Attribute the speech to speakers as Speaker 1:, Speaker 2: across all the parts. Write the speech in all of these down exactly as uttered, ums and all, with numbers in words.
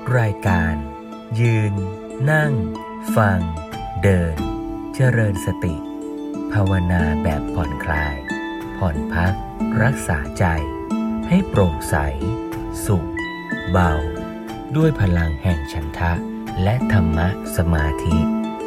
Speaker 1: รายการยืนนั่งฟังเดินเจริญสติภาวนาแบบผ่อนคลายผ่อนพักรักษาใจให้โปร่งใสสุขเบาด้วยพลังแห่งฉันทะและธรรมะสมาธิ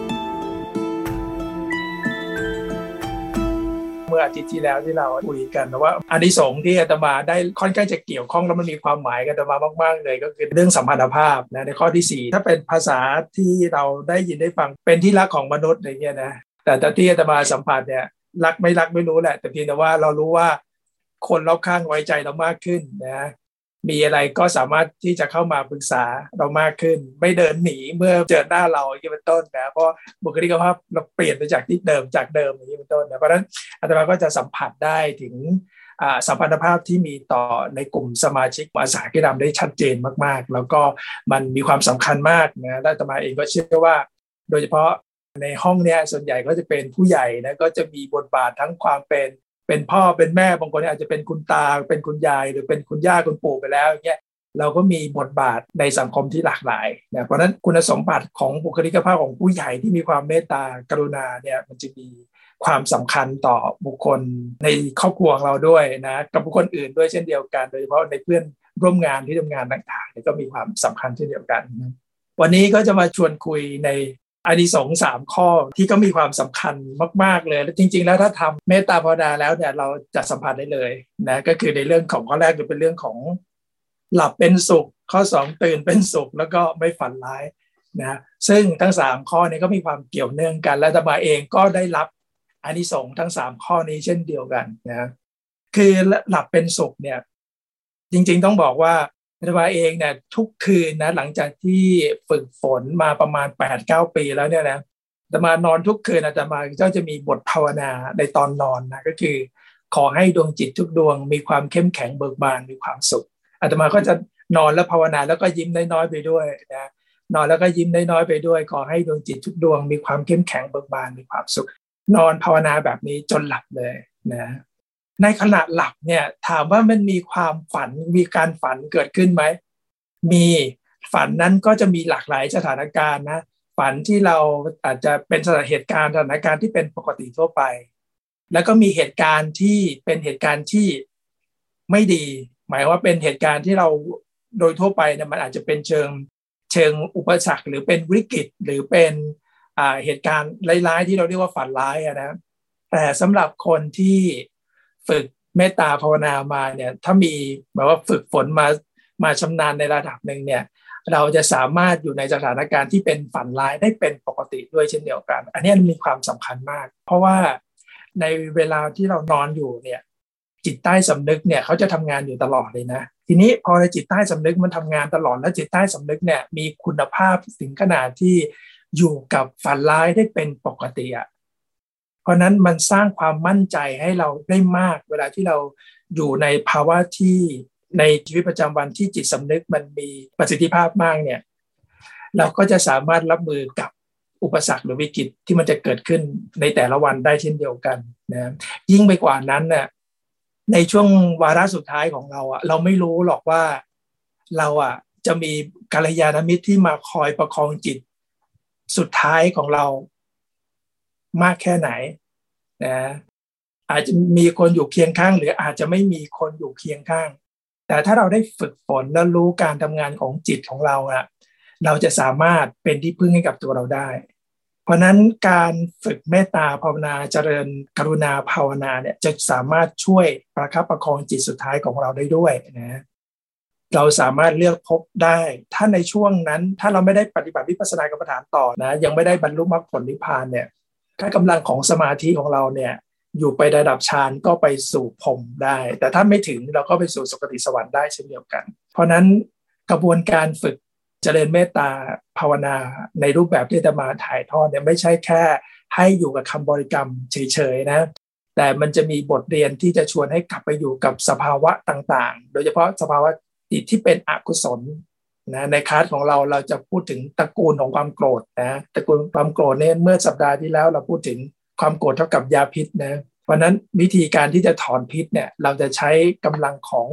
Speaker 2: เมื่ออาทิตย์ที่แล้วที่เราคุยกันว่าอานิสงส์ที่อาตมาได้ค่อนข้างจะเกี่ยวข้องแล้วมันมีความหมายกับอาตมามากๆเลยก็คือเรื่องสัมพันธภาพนะในข้อที่สี่ถ้าเป็นภาษาที่เราได้ยินได้ฟังเป็นที่รักของมนุษย์อะไรเงี้ยนะแต่ที่อาตมาสัมผัสเนี่ยรักไม่รักไม่รู้แหละแต่เพียงแต่ว่าเรารู้ว่าคนรอบข้างไว้ใจเรามากขึ้นนะมีอะไรก็สามารถที่จะเข้ามาปรึกษาเรามากขึ้นไม่เดินหนีเมื่อเจอหน้าเราอย่างนี้เป็นต้นนะเพราะบุคลิกภาพเราเปลี่ยนไปจากที่เดิมจากเดิมอย่างนี้เป็นต้นนะเพราะฉะนั้นอาตมาก็จะสัมผัสได้ถึงสัมพันธภาพที่มีต่อในกลุ่มสมาชิกอาสากิจกรรมได้ชัดเจนมากๆแล้วก็มันมีความสำคัญมากนะอาตมาเองก็เชื่อว่าโดยเฉพาะในห้องเนี้ยส่วนใหญ่ก็จะเป็นผู้ใหญ่นะก็จะมีบทบาททั้งความเป็นเป็นพ่อเป็นแม่บางคนอาจจะเป็นคุณตาเป็นคุณยายหรือเป็นคุณย่าคุณปู่ไปแล้วอย่างเงี้ยเราก็มีบทบาทในสังคมที่หลากหลายนะเพราะฉะนั้นคุณสมบัติของบุคลิกภาพของผู้ใหญ่ที่มีความเมตตากรุณาเนี่ยมันจะมีความสำคัญต่อบุคคลในครอบครัวของเราด้วยนะกับบุคคลอื่นด้วยเช่นเดียวกันโดยเฉพาะในเพื่อนร่วมงานที่ทำงานต่างๆก็มีความสำคัญเช่นเดียวกันนะวันนี้ก็จะมาชวนคุยในอานิสงส์สามข้อที่ก็มีความสำคัญมากๆเลยและจริงๆแล้วถ้าทำเมตตาภาวนาแล้วเนี่ยเราจะสัมผัสได้เลยนะก็คือในเรื่องของข้อแรกคือเป็นเรื่องของหลับเป็นสุขข้อสองตื่นเป็นสุขแล้วก็ไม่ฝันร้ายนะซึ่งทั้งสามข้อนี้ก็มีความเกี่ยวเนื่องกันและอาตมาเองก็ได้รับอานิสงส์ทั้งสามข้อนี้เช่นเดียวกันนะคือหลับเป็นสุขเนี่ยจริงๆต้องบอกว่าอาตมาเองเนี่ยทุกคืนนะหลังจากที่ฝึกฝนมาประมาณ แปดเก้า ปีแล้วเนี่ยนะอาตมานอนทุกคืนอาตมาก็จะมีบทภาวนาในตอนนอนนะก็คือขอให้ดวงจิตทุกดวงมีความเข้มแข็งเบิกบานมีความสุขอาตมาก็จะนอนแล้วภาวนาแล้วก็ยิ้มน้อยๆไปด้วยนะนอนแล้วก็ยิ้มน้อยๆไปด้วยขอให้ดวงจิตทุกดวงมีความเข้มแข็งเบิกบานมีความสุขนอนภาวนาแบบนี้จนหลับเลยนะในขณะหลับเนี่ยถามว่ามันมีความฝันมีการฝันเกิดขึ้นไหมมีฝันนั้นก็จะมีหลากหลายสถานการณ์นะฝันที่เราอาจจะเป็นสถานเหตุการณ์สถานการณ์ที่เป็นปกติทั่วไปแล้วก็มีเหตุการณ์ที่เป็นเหตุการณ์ที่ไม่ดีหมายว่าเป็นเหตุการณ์ที่เราโดยทั่วไปเนี่ยมันอาจจะเป็นเชิงเชิงอุปสรรคหรือเป็นวิกฤตหรือเป็นอ่าเหตุการณ์ร้ายๆที่เราเรียกว่าฝันร้ายนะแต่สำหรับคนที่ฝึกเมตตาภาวนามาเนี่ยถ้ามีแบบว่าฝึกฝนมามาชำนาญในระดับหนึ่งเนี่ยเราจะสามารถอยู่ในสถานการณ์ที่เป็นฝันร้ายได้เป็นปกติด้วยเช่นเดียวกันอันนี้มีความสำคัญมากเพราะว่าในเวลาที่เรานอนอยู่เนี่ยจิตใต้สำนึกเนี่ยเขาจะทำงานอยู่ตลอดเลยนะทีนี้พอในจิตใต้สำนึกมันทำงานตลอดแล้วจิตใต้สำนึกเนี่ยมีคุณภาพถึงขนาดที่อยู่กับฝันร้ายได้เป็นปกติอ่ะเพราะนั้นมันสร้างความมั่นใจให้เราได้มากเวลาที่เราอยู่ในภาวะที่ในชีวิตประจำวันที่จิตสำนึกมันมีประสิทธิภาพมากเนี่ยเราก็จะสามารถรับมือกับอุปสรรคหรือวิกฤตที่มันจะเกิดขึ้นในแต่ละวันได้เช่นเดียวกันนะยิ่งไปกว่านั้นเนี่ยในช่วงวาระสุดท้ายของเราอ่ะเราไม่รู้หรอกว่าเราอ่ะจะมีกัลยาณมิตรที่มาคอยประคองจิตสุดท้ายของเรามากแค่ไหนนะอาจจะมีคนอยู่เคียงข้างหรืออาจจะไม่มีคนอยู่เคียงข้างแต่ถ้าเราได้ฝึกฝนและรู้การทำงานของจิตของเราอะเราจะสามารถเป็นที่พึ่งให้กับตัวเราได้เพราะนั้นการฝึกเมตตาภาวนาเจริญกรุณาภาวนาเนี่ยจะสามารถช่วยประคับประคองจิตสุดท้ายของเราได้ด้วยนะเราสามารถเลือกพบได้ถ้าในช่วงนั้นถ้าเราไม่ได้ปฏิบัติวิปัสสนากรรมฐานต่อนะยังไม่ได้บรรลุมรรคผลนิพพานเนี่ยถ้ากำลังของสมาธิของเราเนี่ยอยู่ไประดับฌานก็ไปสู่พรหมได้แต่ถ้าไม่ถึงเราก็ไปสู่สุคติสวรรค์ได้เช่นเดียวกันเพราะนั้นกระบวนการฝึกเจริญเมตตาภาวนาในรูปแบบที่จะมาถ่ายทอดเนี่ยไม่ใช่แค่ให้อยู่กับคำบริกรรมเฉยๆนะแต่มันจะมีบทเรียนที่จะชวนให้กลับไปอยู่กับสภาวะต่างๆโดยเฉพาะสภาวะจิตที่เป็นอกุศลนะในคลาสของเราเราจะพูดถึงตระกูลของความโกรธนะตระกูลความโกรธเนี่ยเมื่อสัปดาห์ที่แล้วเราพูดถึงความโกรธเท่ากับยาพิษนะเพราะนั้นวิธีการที่จะถอนพิษเนี่ยเราจะใช้กำลังของ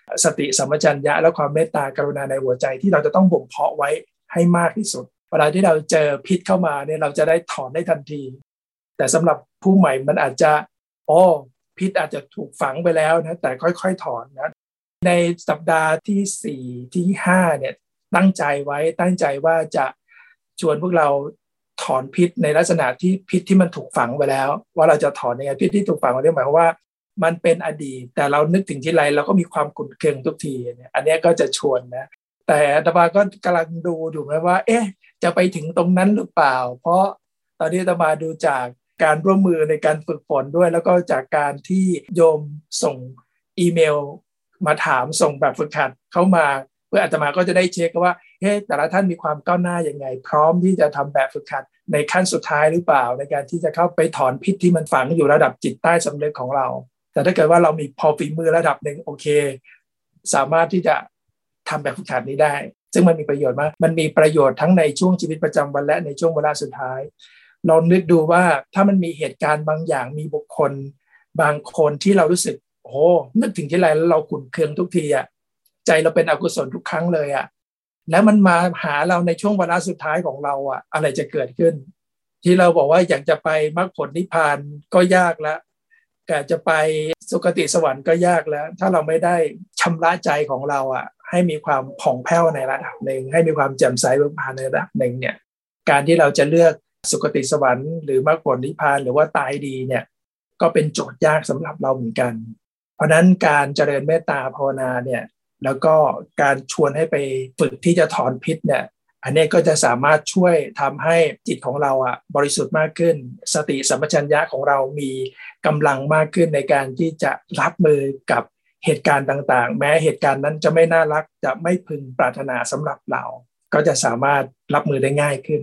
Speaker 2: สติสัมปชัญญะและความเมตตากรุณาในหัวใจที่เราจะต้องบ่มเพาะไว้ให้มากที่สุดเวลาที่เราเจอพิษเข้ามาเนี่ยเราจะได้ถอนได้ทันทีแต่สำหรับผู้ใหม่มันอาจจะโอ้พิษอาจจะถูกฝังไปแล้วนะแต่ค่อยๆถอนนะในสัปดาห์ที่สี่ที่ห้าเนี่ยตั้งใจไว้ตั้งใจว่าจะชวนพวกเราถอนพิษในลักษณะที่พิษที่มันถูกฝังไปแล้วว่าเราจะถอนยังไงพิษที่ถูกฝังไว้หมายความว่ามันเป็นอดีตแต่เรานึกถึงทีไรเราก็มีความขุ่นเคืองทุกทีเนี่ยอันนี้ก็จะชวนนะแต่อาตมาก็กำลังดูอยู่นะว่าเอ๊ะจะไปถึงตรงนั้นหรือเปล่าเพราะตอนนี้อาตมาดูจากการร่วมมือในการฝึกฝนด้วยแล้วก็จากการที่โยมส่งอีเมลมาถามส่งแบบฝึกหัดเข้ามาเพื่ออาตมาก็จะได้เช็คว่าเฮ้แต่ละท่านมีความก้าวหน้ายังไงพร้อมที่จะทำแบบฝึกหัดในขั้นสุดท้ายหรือเปล่าในการที่จะเข้าไปถอนพิษที่มันฝังอยู่ระดับจิตใต้สำนึกของเราแต่ถ้าเกิดว่าเรามีพอฝีมือระดับหนึ่งโอเคสามารถที่จะทำแบบฝึกหัดนี้ได้ซึ่งมันมีประโยชน์มากมันมีประโยชน์ทั้งในช่วงชีวิตประจำวันและในช่วงเวลาสุดท้ายลองนึกดูว่าถ้ามันมีเหตุการณ์บางอย่างมีบุคคลบางคนที่เรารู้สึกโอ้นึกถึงที่ไรแล้วเราขุ่นเคืองทุกทีอ่ะใจเราเป็นอกุศลทุกครั้งเลยอ่ะแล้วมันมาหาเราในช่วงเวลาสุดท้ายของเราอ่ะอะไรจะเกิดขึ้นที่เราบอกว่าอยากจะไปมรรคผลนิพพานก็ยากแล้วแต่จะไปสุคติสวรรค์ก็ยากแล้วถ้าเราไม่ได้ชำระใจของเราอ่ะให้มีความผ่องแผ้วในระดับหนึ่งให้มีความแจ่มใสเบิกบานในระดับหนึ่งเนี่ยการที่เราจะเลือกสุคติสวรรค์หรือมรรคผลนิพพานหรือว่าตายดีเนี่ยก็เป็นโจทย์ยากสำหรับเราเหมือนกันเพราะนั้นการเจริญเมตตาภาวนาเนี่ยแล้วก็การชวนให้ไปฝึกที่จะถอนพิษเนี่ยอันนี้ก็จะสามารถช่วยทำให้จิตของเราอ่ะบริสุทธิ์มากขึ้นสติสัมปชัญญะของเรามีกำลังมากขึ้นในการที่จะรับมือกับเหตุการณ์ต่างๆแม้เหตุการณ์นั้นจะไม่น่ารักจะไม่พึงปรารถนาสำหรับเราก็จะสามารถรับมือได้ง่ายขึ้น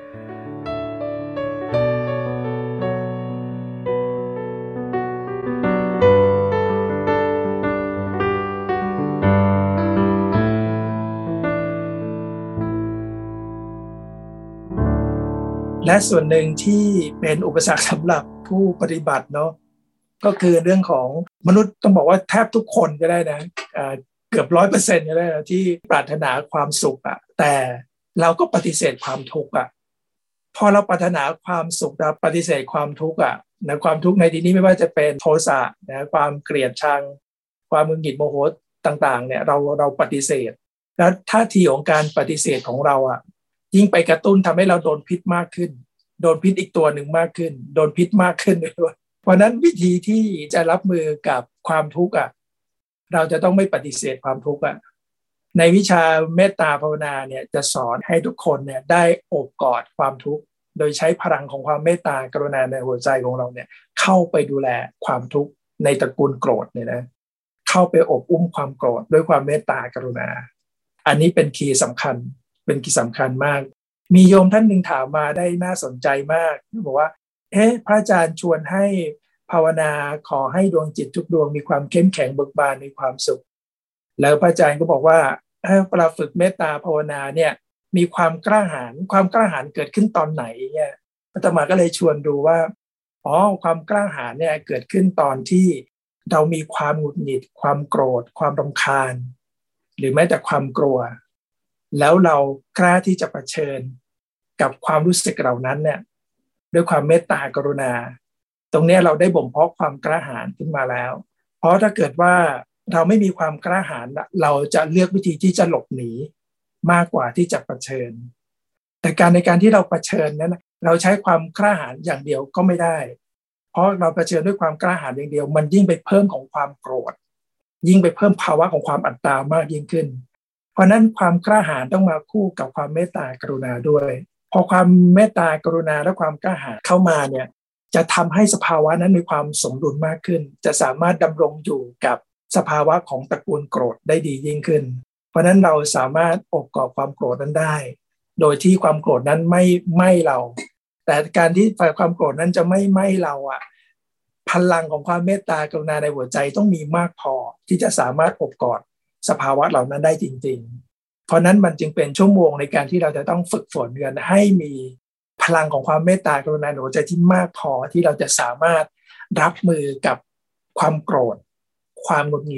Speaker 2: และส่วนหนึ่งที่เป็นอุปสรรคสำหรับผู้ปฏิบัติเนาะก็คือเรื่องของมนุษย์ต้องบอกว่าแทบทุกคนก็ได้นะเกือบร้อยเปอร์เซ็นต์ก็ได้นะที่ปรารถนาความสุขอะแต่เราก็ปฏิเสธความทุกข์อะพอเราปรารถนาความสุขเราปฏิเสธความทุกข์อะนะความทุกข์ในที่นี้ไม่ว่าจะเป็นโทสะนะความเกลียดชังความมึนหงิดโมโหต่างๆเนี่ยเราเราปฏิเสธแล้วท่าทีของการปฏิเสธของเราอะยิ่งไปกระตุ้นทำให้เราโดนพิษมากขึ้นโดนพิษอีกตัวหนึ่งมากขึ้นโดนพิษมากขึ้นด้วยเพราะนั้นวิธีที่จะรับมือกับความทุกข์อ่ะเราจะต้องไม่ปฏิเสธความทุกข์อ่ะในวิชาเมตตาภาวนาเนี่ยจะสอนให้ทุกคนเนี่ยได้โอบกอดความทุกข์โดยใช้พลังของความเมตตากรุณาในหัวใจของเราเนี่ยเข้าไปดูแลความทุกข์ในตระกูลโกรธเนี่ยนะเข้าไปอบอุ้มความโกรธด้วยความเมตตากรุณาอันนี้เป็นคีย์สำคัญเป็นคีย์สำคัญมากมีโยมท่านหนึ่งถามมาได้น่าสนใจมากบอกว่าเอ๊ะพระอาจารย์ชวนให้ภาวนาขอให้ดวงจิตทุกดวงมีความเข้มแข็งเบิกบานมีความสุขแล้วพระอาจารย์ก็บอกว่าเวลาฝึกเมตตาภาวนาเนี่ยมีความกล้าหาญความกล้าหาญเกิดขึ้นตอนไหนเนี่ยอาตมาก็เลยชวนดูว่าอ๋อความกล้าหาญเนี่ยเกิดขึ้นตอนที่เรามีความหงุดหงิดความโกรธความรำคาญหรือแม้แต่ความกลัวแล้วเรากล้าที่จะเผชิญกับความรู้สึกเหล่านั้นเนี่ยด้วยความเมตตากรุณาตรงนี้เราได้บ่มเพาะความกล้าหาญขึ้นมาแล้วเพราะถ้าเกิดว่าเราไม่มีความกล้าหาญเราจะเลือกวิธีที่จะหลบหนีมากกว่าที่จะเผชิญแต่การในการที่เราเผชิญนั้นเราใช้ความกล้าหาญอย่างเดียวก็ไม่ได้เพราะเราเผชิญด้วยความกล้าหาญอย่างเดียวมันยิ่งไปเพิ่มของความโกรธยิ่งไปเพิ่มภาวะของความอัตตามากยิ่งขึ้นเพราะนั้นความกล้าหาญต้องมาคู่กับความเมตตากรุณาด้วยพอความเมตตากรุณาและความกล้าหาญเข้ามาเนี่ยจะทำให้สภาวะนั้นมีความสมดุลมากขึ้นจะสามารถดำรงอยู่กับสภาวะของตระกูลโกรธได้ดียิ่งขึ้นเพราะนั้นเราสามารถอบกอบความโกรธนั้นได้โดยที่ความโกรธนั้นไม่ไหม้เราแต่การที่ความโกรธนั้นจะไม่ไหม้เราอ่ะพลังของความเมตตากรุณาในหัวใจต้องมีมากพอที่จะสามารถอบกอดสภาวะเหล่านั้นได้จริงๆเพราะนั้นมันจึงเป็นชั่วโมงในการที่เราจะต้องฝึกฝนกันให้มีพลังของความเมตตากรุณาในหัวใจที่มากพอที่เราจะสามารถรับมือกับความโกรธความหงุดหงิด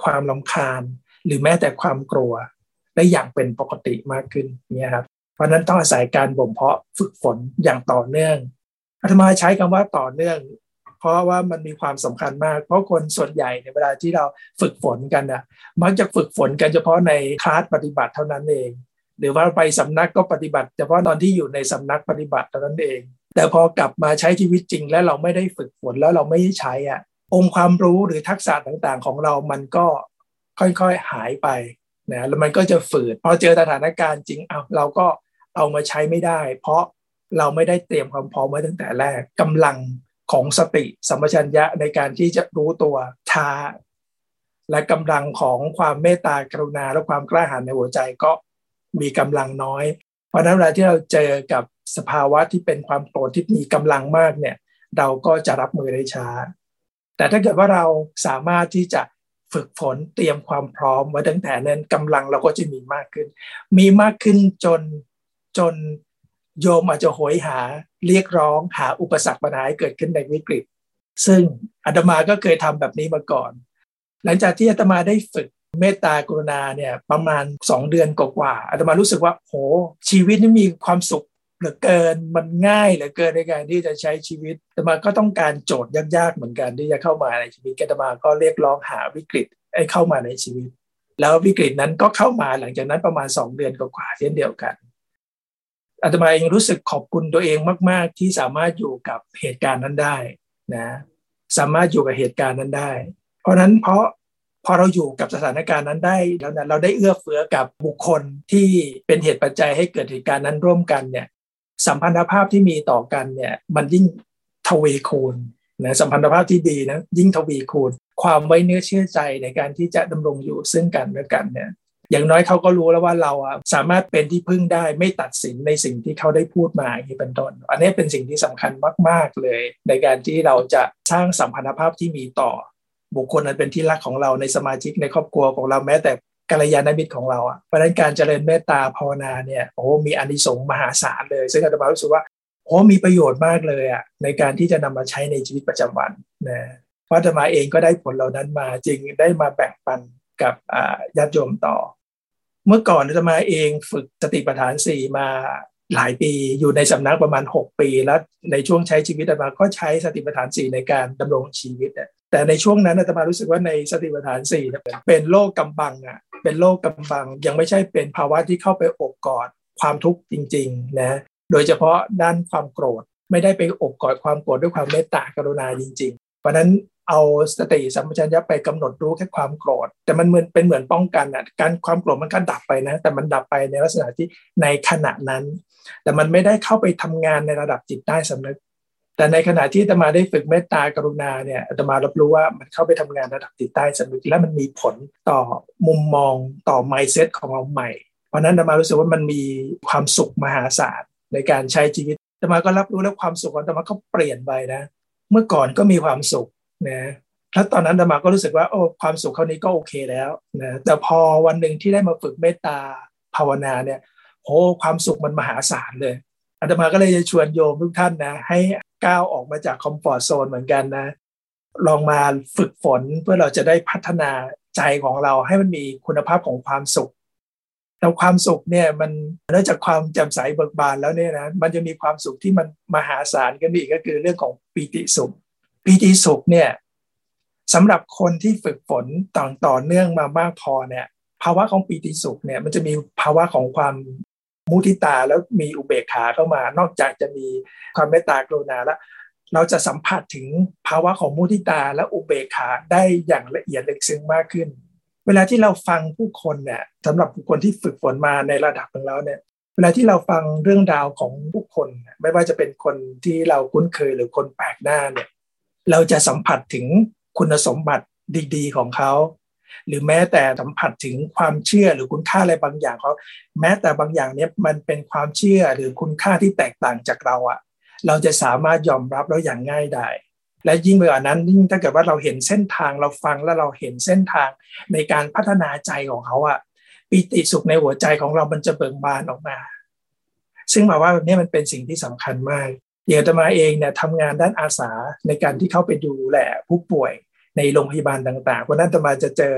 Speaker 2: ความรำคาญหรือแม้แต่ความกลัวได้อย่างเป็นปกติมากขึ้นเนี่ยครับเพราะนั้นต้องอาศัยการบ่มเพาะฝึกฝนอย่างต่อเนื่องอาตมาใช้คำว่าต่อเนื่องเพราะว่ามันมีความสำคัญมากเพราะคนส่วนใหญ่ในเวลาที่เราฝึกฝนกันนะมักจะฝึกฝนกันเฉพาะในคลาสปฏิบัติเท่านั้นเองหรือว่าไปสำนักก็ปฏิบัติเฉพาะตอนที่อยู่ในสำนักปฏิบัติเท่านั้นเองแต่พอกลับมาใช้ชีวิตจริงแล้วเราไม่ได้ฝึกฝนแล้วเราไม่ได้ใช้อ่ะองค์ความรู้หรือทักษะต่างๆของเรามันก็ค่อยๆหายไปนะแล้วมันก็จะฝืดพอเจอสถานการณ์จริงเอาเราก็เอามาใช้ไม่ได้เพราะเราไม่ได้เตรียมความพร้อมไว้ตั้งแต่แรกกำลังของสติสัมปชัญญะในการที่จะรู้ตัวช้าและกำลังของความเมตตากรุณาและความกล้าหาญในหัวใจก็มีกำลังน้อยเพราะนั้นเวลาที่เราเจอกับสภาวะที่เป็นความโกรธที่มีกำลังมากเนี่ยเราก็จะรับมือได้ช้าแต่ถ้าเกิดว่าเราสามารถที่จะฝึกฝนเตรียมความพร้อมไว้ตั้งแต่นั้นกำลังเราก็จะมีมากขึ้นมีมากขึ้นจนจนโยมอาจจะโหยหาเรียกร้องหาอุปสรรคปัญหาเกิดขึ้นในวิกฤตซึ่งอาตมาก็เคยทำแบบนี้มาก่อนหลังจากที่อาตมาได้ฝึกเมตตากรุณาเนี่ยประมาณสองเดือนกว่าๆอาตมารู้สึกว่าโหชีวิตนี่มีความสุขเหลือเกินมันง่ายเหลือเกินในการที่จะใช้ชีวิตอาตมาก็ต้องการโจทย์ยากๆเหมือนกันที่จะเข้ามาในชีวิตอาตมาก็เรียกร้องหาวิกฤตให้เข้ามาในชีวิตแล้ววิกฤตนั้นก็เข้ามาหลังจากนั้นประมาณสองเดือนกว่าๆเช่นเดียวกันอาตมาเองรู้สึกขอบคุณตัวเองมากๆที่สามารถอยู่กับเหตุการณ์นั้นได้นะสามารถอยู่กับเหตุการณ์นั้นได้เพราะนั้นเพราะพอเราอยู่กับสถานการณ์นั้นได้แล้วนะเราได้เอื้อเฟื้อกับบุคคลที่เป็นเหตุปัจจัยให้เกิดเหตุการณ์นั้นร่วมกันเนี่ยสัมพันธภาพที่มีต่อกันเนี่ยมันยิ่งทวีคูณนะสัมพันธภาพที่ดีนะยิ่งทวีคูณความไว้เนื้อเชื่อใจในการที่จะดำรงอยู่ซึ่งกันและกันเนี่ยอย่างน้อยเขาก็รู้แล้วว่าเราสามารถเป็นที่พึ่งได้ไม่ตัดสินในสิ่งที่เขาได้พูดมาอย่างนี้เป็นต้นอันนี้เป็นสิ่งที่สำคัญมากๆเลยในการที่เราจะสร้างสัมพันธภาพที่มีต่อบุคคลนั้นเป็นที่รักของเราในสมาชิกในครอบครัวของเราแม้แต่กัลยาณมิตรของเราอ่ะเพราะฉะนั้นการเจริญเมตตาภาวนาเนี่ยโอ้มีอานิสงส์มหาศาลเลยซึ่งอาตมารู้สึกว่าโอ้มีประโยชน์มากเลยอ่ะในการที่จะนำมาใช้ในชีวิตประจำวันนะเพราะอาตมาเองก็ได้ผลเหล่านั้นมาจริงได้มาแบ่งปันกับญาติโยมต่อเมื่อก่อนอาตมาเองฝึกสติปัฏฐานสี่มาหลายปีอยู่ในสำนักประมาณหกปีแล้วในช่วงใช้ชีวิตอาตมาก็ใช้สติปัฏฐานสี่ในการดำรงชีวิตแต่ในช่วงนั้นอาตมารู้สึกว่าในสติปัฏฐานสี่เป็นโลกกำบังอ่ะเป็นโลกกำบังยังไม่ใช่เป็นภาวะที่เข้าไปโอบกอดความทุกข์จริงๆนะโดยเฉพาะด้านความโกรธไม่ได้ไปโอบกอดความโกรธด้วยความเมตตากรุณาจริงๆเพราะนั้นเอาสติสัมปชัญญะไปกำหนดรู้แค่ความโกรธแต่มันเหมือนเป็นเหมือนป้องกันอ่ะการความโกรธมันก็ดับไปนะแต่มันดับไปในลักษณะที่ในขณะนั้นแต่มันไม่ได้เข้าไปทำงานในระดับจิตใต้สำนึกแต่ในขณะที่อาตมาได้ฝึกเมตตากรุณาเนี่ยอาตมารับรู้ว่ามันเข้าไปทำงานระดับจิตใต้สำนึกและมันมีผลต่อมุมมองต่อ mindset ของเราใหม่เพราะนั้นอาตมารู้สึกว่ามันมีความสุขมหาศาลในการใช้ชีวิตอาตมาก็รับรู้แล้วความสุขของอาตมาก็เปลี่ยนไปนะเมื่อก่อนก็มีความสุขนะแล้วตอนนั้นอาตมาก็รู้สึกว่าโอ้ความสุขเท่านี้ก็โอเคแล้วนะแต่พอวันหนึ่งที่ได้มาฝึกเมตตาภาวนาเนี่ยโอ้ความสุขมันมหาศาลเลยอาตมาก็เลยจะชวนโยมทุกท่านนะให้ก้าวออกมาจากคอมฟอร์ตโซนเหมือนกันนะลองมาฝึกฝนเพื่อเราจะได้พัฒนาใจของเราให้มันมีคุณภาพของความสุขแล้วความสุขเนี่ยมันนอกจากความแจ่มใสเบิกบานแล้วเนี่ยนะมันจะมีความสุขที่มันมหาศาลกันอีกก็คือเรื่องของปีติสุขปีติสุขเนี่ยสำหรับคนที่ฝึกฝนต่อต่อเนื่องมามากพอเนี่ยภาวะของปีติสุขเนี่ยมันจะมีภาวะของความมุทิตาแล้วมีอุเบกขาเข้ามานอกจากจะมีความเมตตากรุณาแล้วเราจะสัมผัสถึงภาวะของมุทิตาและอุเบกขาได้อย่างละเอียดลึกซึ้งมากขึ้นเวลาที่เราฟังผู้คนเนี่ยสำหรับบุคคลที่ฝึกฝนมาในระดับหนึ่งแล้วเนี่ยเวลาที่เราฟังเรื่องราวของผู้คนไม่ว่าจะเป็นคนที่เราคุ้นเคยหรือคนแปลกหน้าเนี่ยเราจะสัมผัสถึงคุณสมบัติดีๆของเขาหรือแม้แต่สัมผัสถึงความเชื่อหรือคุณค่าอะไรบางอย่างเขาแม้แต่บางอย่างเนี้ยมันเป็นความเชื่อหรือคุณค่าที่แตกต่างจากเราอะเราจะสามารถยอมรับแล้วอย่างง่ายดายและยิ่งไปกว่านั้นยิ่งถ้าเกิดว่าเราเห็นเส้นทางเราฟังแล้วเราเห็นเส้นทางในการพัฒนาใจของเขาอะปิติสุขในหัวใจของเรามันจะเบิกบานออกมาซึ่งหมายว่าแบบนี้มันเป็นสิ่งที่สำคัญมากอย่างอาตมาเองเนี่ยทำงานด้านอาสาในการที่เข้าไปดูแลผู้ป่วยในโรงพยาบาลต่างๆเพราะนั้นอาตมาจะเจอ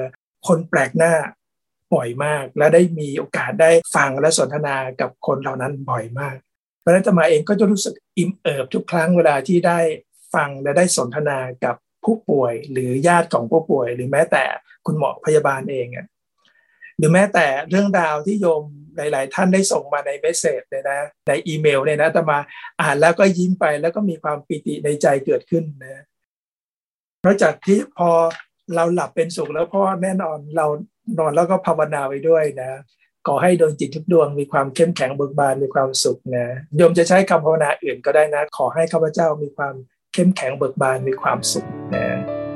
Speaker 2: คนแปลกหน้าบ่อยมากและได้มีโอกาสได้ฟังและสนทนากับคนเหล่านั้นบ่อยมากเพราะฉะนั้นอาตมาเองก็จะรู้สึกอิ่มเอิบทุกครั้งเวลาที่ได้ฟังและได้สนทนากับผู้ป่วยหรือญาติของผู้ป่วยหรือแม้แต่คุณหมอพยาบาลเองอ่ะหรือแม้แต่เรื่องราวที่โยมหลายๆท่านได้ส่งมาในเมสเสจเลยนะในอีเมลเนี่ยนะอาตมาอ่านแล้วก็ยิ้มไปแล้วก็มีความปิติในใจเกิดขึ้นนะนอกจากที่พอเราหลับเป็นสุขแล้วเพราะแน่นอนเรานอนแล้วก็ภาวนาไว้ด้วยนะขอให้ดวงจิตทุกดวงมีความเข้มแข็งเบิกบานมีความสุขนะโยมจะใช้คำภาวนาอื่นก็ได้นะขอให้ข้าพเจ้ามีความเข้มแข็งเบิกบานมีความสุขนะ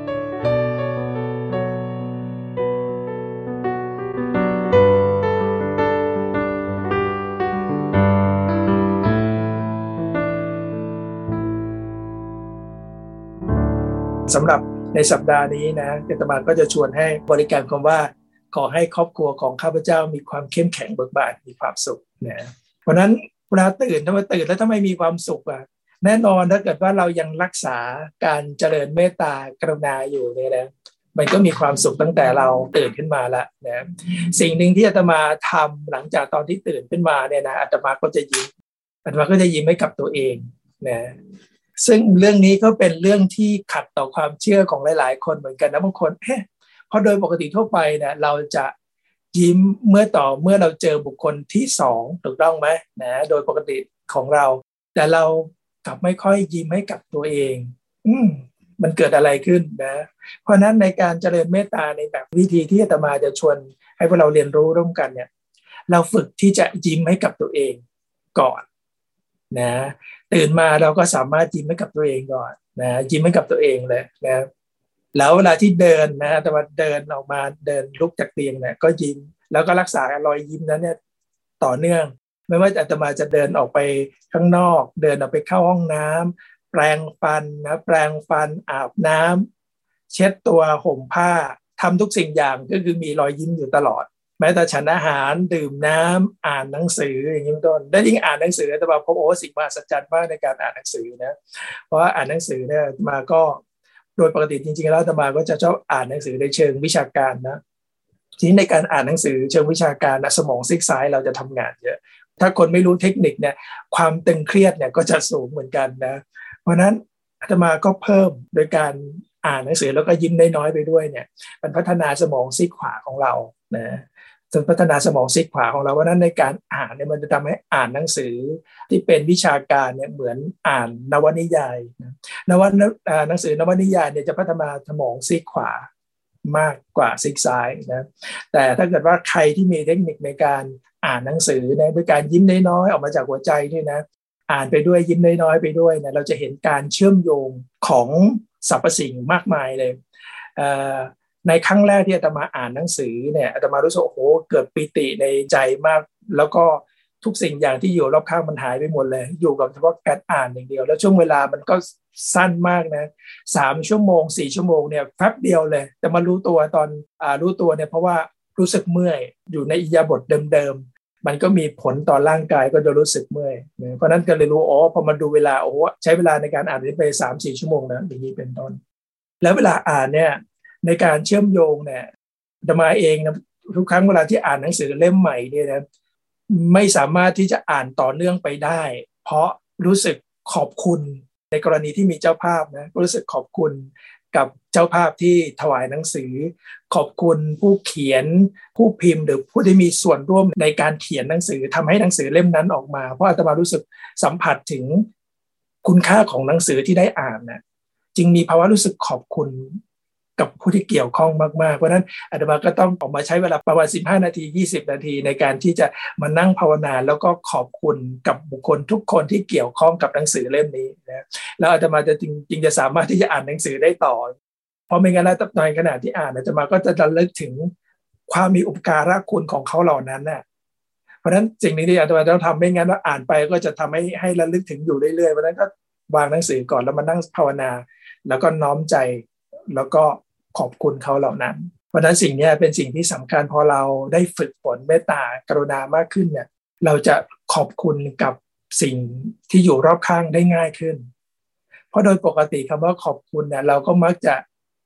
Speaker 2: สำหรับในสัปดาห์นี้นะอาตมาก็จะชวนให้บริกรรมคำว่าขอให้ครอบครัวของข้าพเจ้ามีความเข้มแข็งเบิกบานมีความสุขนะเพราะนั้นเวลาตื่นถ้ามาตื่นแล้วถ้าไม่มีความสุขอ่ะแน่นอนถ้าเกิดว่าเรายังรักษาการเจริญเมตตากรุณาอยู่เนี่ยนะมันก็มีความสุขตั้งแต่เราตื่นขึ้นมาละนะสิ่งหนึ่งที่อาตมาทำหลังจากตอนที่ตื่นขึ้นมาเนี่ยนะอาตมาก็จะยิ้มอาตมาก็จะยิ้มให้กับตัวเองนะซึ่งเรื่องนี้ก็เป็นเรื่องที่ขัดต่อความเชื่อของหลายๆคนเหมือนกันนะบางคนเอ๊ะเพราะโดยปกติทั่วไปเนี่ยเราจะยิ้มเมื่อต่อเมื่อเราเจอบุคคลที่สองถูกต้องไหมนะโดยปกติของเราแต่เรากลับไม่ค่อยยิ้มให้กับตัวเองอืมมันเกิดอะไรขึ้นนะเพราะนั้นในการเจริญเมตตาในแบบวิธีที่อาตมาจะชวนให้พวกเราเรียนรู้ร่วมกันเนี่ยเราฝึกที่จะยิ้มให้กับตัวเองก่อนนะตื่นมาเราก็สามารถยิ้มให้กับตัวเองก่อนนะยิ้มให้กับตัวเองเลยนะแล้วเวลาที่เดินนะแต่ว่าเดินออกมาเดินลุกจากเตียงเนี่ยก็ยิ้มแล้วก็รักษารอยยิ้มนั้นเนี่ยต่อเนื่องไม่ว่าอาตมาจะเดินออกไปข้างนอกเดินออกไปเข้าห้องน้ำแปรงฟันนะแปรงฟันอาบน้ำเช็ดตัวห่มผ้าทำทุกสิ่งอย่างก็คือมีรอยยิ้มอยู่ตลอดแม้แต่ฉันอาหารดื่มน้ำอ่านหนังสืออย่างนี้เป็นต้นและยิ่งอ่านหนังสืออาตมาพบโอ้สิ่งมหัศจรรย์มากในการอ่านหนังสือนะเพราะว่าอ่านหนังสือเนี่ยมาก็โดยปกติจริงๆแล้วอาตมาก็จะชอบอ่านหนังสือในเชิงวิชาการนะทีนี้ในการอ่านหนังสือเชิงวิชาการนะสมองซีกซ้ายเราจะทำงานเยอะถ้าคนไม่รู้เทคนิคเนี่ยความตึงเครียดเนี่ยก็จะสูงเหมือนกันนะเพราะนั้นอาตมาก็เพิ่มโดยการอ่านหนังสือแล้วก็ยิ้มน้อยๆไปด้วยเนี่ยมันพัฒนาสมองซีกขวาของเรานะจนพัฒนาสมองซีกขวาของเราเพราะนั้นในการอ่านเนี่ยมันจะทำให้อ่านหนังสือที่เป็นวิชาการเนี่ยเหมือนอ่านนวนิยายนะนวหนังสือนวนิยายเนี่ยจะพัฒนาสมองซีกขวามากกว่าซีกซ้ายนะแต่ถ้าเกิดว่าใครที่มีเทคนิคในการอ่านหนังสือนะด้วยการยิ้มน้อยๆออกมาจากหัวใจนี่นะอ่านไปด้วยยิ้มน้อยๆไปด้วยนะเราจะเห็นการเชื่อมโยงของสรรพสิ่งมากมายเลยในครั้งแรกที่อาตมาอ่านหนังสือเนี่ยอาตมารู้สึกโอ้โหเกิดปิติในใจมากแล้วก็ทุกสิ่งอย่างที่อยู่รอบข้างมันหายไปหมดเลยอยู่กับเฉพาะการอ่านอย่างเดียวแล้วช่วงเวลามันก็สั้นมากนะสามชั่วโมงสี่ชั่วโมงเนี่ยแป๊บเดียวเลยแต่มารู้ตัวตอนอ่ารู้ตัวเนี่ยเพราะว่ารู้สึกเมื่อยอยู่ในอิริยาบถเดิมๆมันก็มีผลต่อร่างกายก็จะรู้สึกเมื่อยเพราะนั้นก็เลยรู้อ๋อพอมาดูเวลาโอ้โหใช้เวลาในการอ่านไปสามสี่ชั่วโมงนะอย่างนี้เป็นต้นแล้วเวลาอ่านเนี่ยในการเชื่อมโยงเนี่ยอาตมาเองนะทุกครั้งเวลาที่อ่านหนังสือเล่มใหม่เนี่ยนะไม่สามารถที่จะอ่านต่อเนื่องไปได้เพราะรู้สึกขอบคุณในกรณีที่มีเจ้าภาพนะรู้สึกขอบคุณกับเจ้าภาพที่ถวายหนังสือขอบคุณผู้เขียนผู้พิมพ์หรือผู้ที่มีส่วนร่วมในการเขียนหนังสือทำให้หนังสือเล่มนั้นออกมาเพราะอาตมารู้สึกสัมผัสถึงคุณค่าของหนังสือที่ได้อ่านนะจึงมีภาวะรู้สึกขอบคุณกับผู้ที่เกี่ยวข้องมากๆเพราะนั้นอาตมาก็ต้องออกมาใช้เวลาประมาณสิบห้านาทียี่สิบนาทีในการที่จะมานั่งภาวนาแล้วก็ขอบคุณกับบุคคลทุกคนที่เกี่ยวข้องกับหนังสือเล่มนี้นะแล้วอาตมาจะจริงๆจะสามารถที่จะอ่านหนังสือได้ต่อเพราะไม่งั้นแล้วในขณะที่อ่านอาตมาก็จะระลึกถึงความมีอุปการะคุณของเขาเหล่านั้นน่ะเพราะนั้นสิ่งนี้ที่อาตมาต้องทำไม่งั้นว่าอ่านไปก็จะทำให้ให้ระลึกถึงอยู่เรื่อยๆเพราะนั้นก็วางหนังสือก่อนแล้วมานั่งภาวนาแล้วก็น้อมใจแล้วก็ขอบคุณเขาเหล่านั้นเพราะฉะนั้นสิ่งนี้เป็นสิ่งที่สำคัญพอเราได้ฝึกฝนเมตตากรุณามากขึ้นเนี่ยเราจะขอบคุณกับสิ่งที่อยู่รอบข้างได้ง่ายขึ้นเพราะโดยปกติคำว่าขอบคุณเนี่ยเราก็มักจะ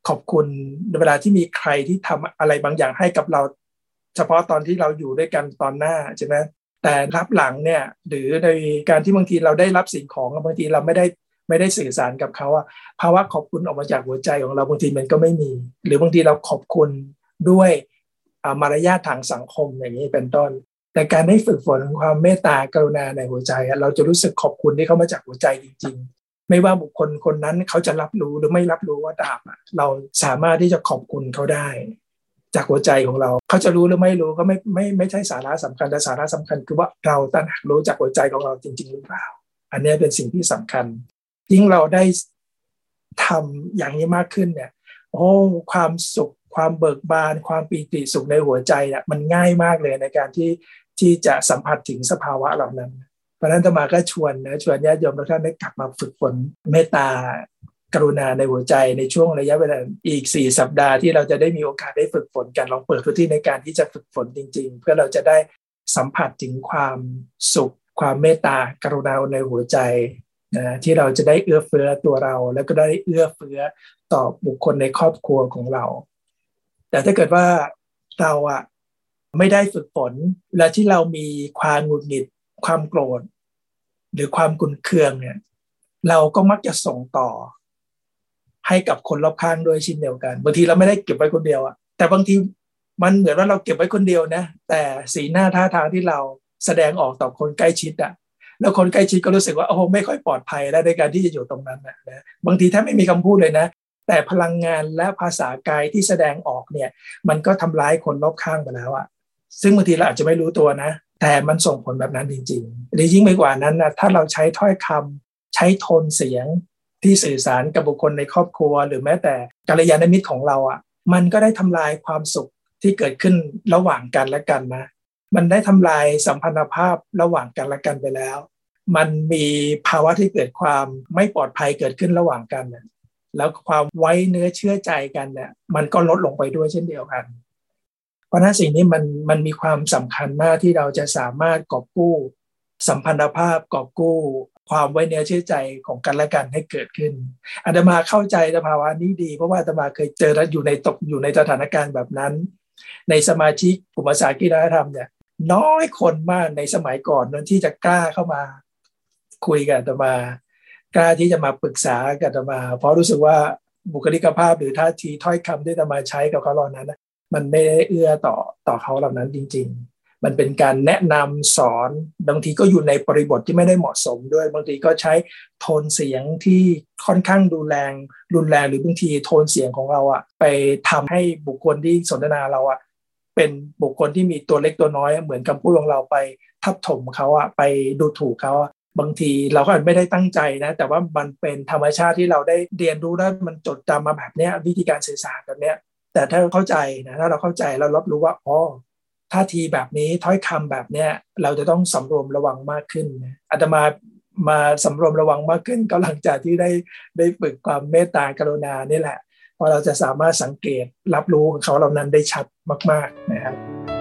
Speaker 2: ขอบคุณเวลาที่มีใครที่ทำอะไรบางอย่างให้กับเราเฉพาะตอนที่เราอยู่ด้วยกันตอนหน้าใช่ไหมแต่รับหลังเนี่ยหรือในการที่บางทีเราได้รับสิ่งของบางทีเราไม่ได้ไม่ได้สื่อสารกับเขาอะภาวะขอบคุณออกมาจากหัวใจของเราบางทีมันก็ไม่มีหรือบางทีเราขอบคุณด้วยมารยาททางสังคมอย่างนี้เป็นต้นแต่การได้ฝึกฝนความเมตตากรุณาในหัวใจเราจะรู้สึกขอบคุณที่เขามาจากหัวใจจริงๆไม่ว่าบุคคลคนนั้นเขาจะรับรู้หรือไม่รับรู้ว่าตามเราสามารถที่จะขอบคุณเขาได้จากหัวใจของเราเขาจะรู้หรือไม่รู้ก็ไม่ไม่ไม่ใช่สาระสำคัญแต่สาระสำคัญคือว่าเราตระหนักรู้จากหัวใจของเราจริงๆหรือเปล่าอันนี้เป็นสิ่งที่สำคัญยิ่งเราได้ทำอย่างนี้มากขึ้นเนี่ยโอ้ความสุขความเบิกบานความปีติสุขในหัวใจเนี่ยมันง่ายมากเลยในการที่ที่จะสัมผัสถึงสภาวะเหล่านั้นเพราะฉะนั้นอาตมาก็ชวนนะชวนญาติโยมทุกท่านได้กลับมาฝึกฝนเมตตากรุณาในหัวใจในช่วงระยะเวลาอีกสี่สัปดาห์ที่เราจะได้มีโอกาสได้ฝึกฝนกันลองเปิดพื้นที่ในการที่จะฝึกฝนจริงๆเพื่อเราจะได้สัมผัสถึงความสุขความเมตตากรุณาในหัวใจนะที่เราจะได้เอื้อเฟื้อตัวเราแล้วก็ได้เอื้อเฟื้อต่อบุคคลในครอบครัวของเราแต่ถ้าเกิดว่าเราอะไม่ได้ฝึกฝนและที่เรามีความหงุดหงิดความโกรธหรือความขุ่นเคืองเนี่ยเราก็มักจะส่งต่อให้กับคนรอบข้างด้วยเช่นเดียวกันบางทีเราไม่ได้เก็บไว้คนเดียวอะแต่บางทีมันเหมือนว่าเราเก็บไว้คนเดียวนะแต่สีหน้าท่าทางที่เราแสดงออกต่อคนใกล้ชิดอะแล้วคนใกล้ชิดก็รู้สึกว่าโอ้โหไม่ค่อยปลอดภัยแล้วในการที่จะอยู่ตรงนั้นนะนะบางทีแทบไม่มีคำพูดเลยนะแต่พลังงานและภาษากายที่แสดงออกเนี่ยมันก็ทำร้ายคนรอบข้างไปแล้วอะซึ่งบางทีเราอาจจะไม่รู้ตัวนะแต่มันส่งผลแบบนั้นจริงๆหรือยิ่งไปกว่านั้นนะถ้าเราใช้ถ้อยคำใช้โทนเสียงที่สื่อสารกับบุคคลในครอบครัวหรือแม้แต่กัลยาณมิตรของเราอะมันก็ได้ทำลายความสุขที่เกิดขึ้นระหว่างกันและกันนะมันได้ทำลายสัมพันธภาพระหว่างกันและกันไปแล้วมันมีภาวะที่เกิดความไม่ปลอดภัยเกิดขึ้นระหว่างกันนะแล้วความไว้เนื้อเชื่อใจกันเนี่ยมันก็ลดลงไปด้วยเช่นเดียวกันเพราะนั้นสิ่งนี้มันมันมีความสำคัญมากที่เราจะสามารถกอบกู้สัมพันธภาพกอบกู้ความไว้เนื้อเชื่อใจของกันและกันให้เกิดขึ้นอาตมาเข้าใจสภาวะนี้ดีเพราะว่าอาตมาเคยเจอและอยู่ในตกอยู่ในสถานการณ์แบบนั้นในสมาชิกกลุ่มอาสากีฬาธรรมเนี่ยน้อยคนมากในสมัยก่อนนั้นที่จะกล้าเข้ามาคุยกับอาตมากล้าที่จะมาปรึกษากับอาตมาเพราะรู้สึกว่าบุคลิกภาพหรือท่าทีถ้อยคำที่อาตมาใช้กับเขาเหล่านั้นมันไม่ได้เอื้อต่อต่อเขาเหล่านั้นจริงๆมันเป็นการแนะนำสอนบางทีก็อยู่ในบริบทที่ไม่ได้เหมาะสมด้วยบางทีก็ใช้โทนเสียงที่ค่อนข้างรุนแรงรุนแรงหรือบางทีโทนเสียงของเราอะไปทำให้บุคคลที่สนทนาเราอะเป็นบุคคลที่มีตัวเล็กตัวน้อยเหมือนคำพูดของเราไปทับถมเขาอะไปดูถูกเขาบางทีเราก็ไม่ได้ตั้งใจนะแต่ว่ามันเป็นธรรมชาติที่เราได้เรียนรู้แล้วมันจดจำมาแบบนี้วิธีการสื่อสารแบบนี้แต่ถ้าเข้าใจนะถ้าเราเข้าใจเรารับรู้ว่าอ๋อท่าทีแบบนี้ถ้อยคำแบบนี้เราจะต้องสำรวมระวังมากขึ้นอาตมามาสำรวมระวังมากขึ้นก็หลังจากที่ได้ได้ฝึกความเมตตากรุณานี่แหละเพราะเราจะสามารถสังเกตรับรู้ของเขาเหล่านั้นได้ชัดมากๆนะครับ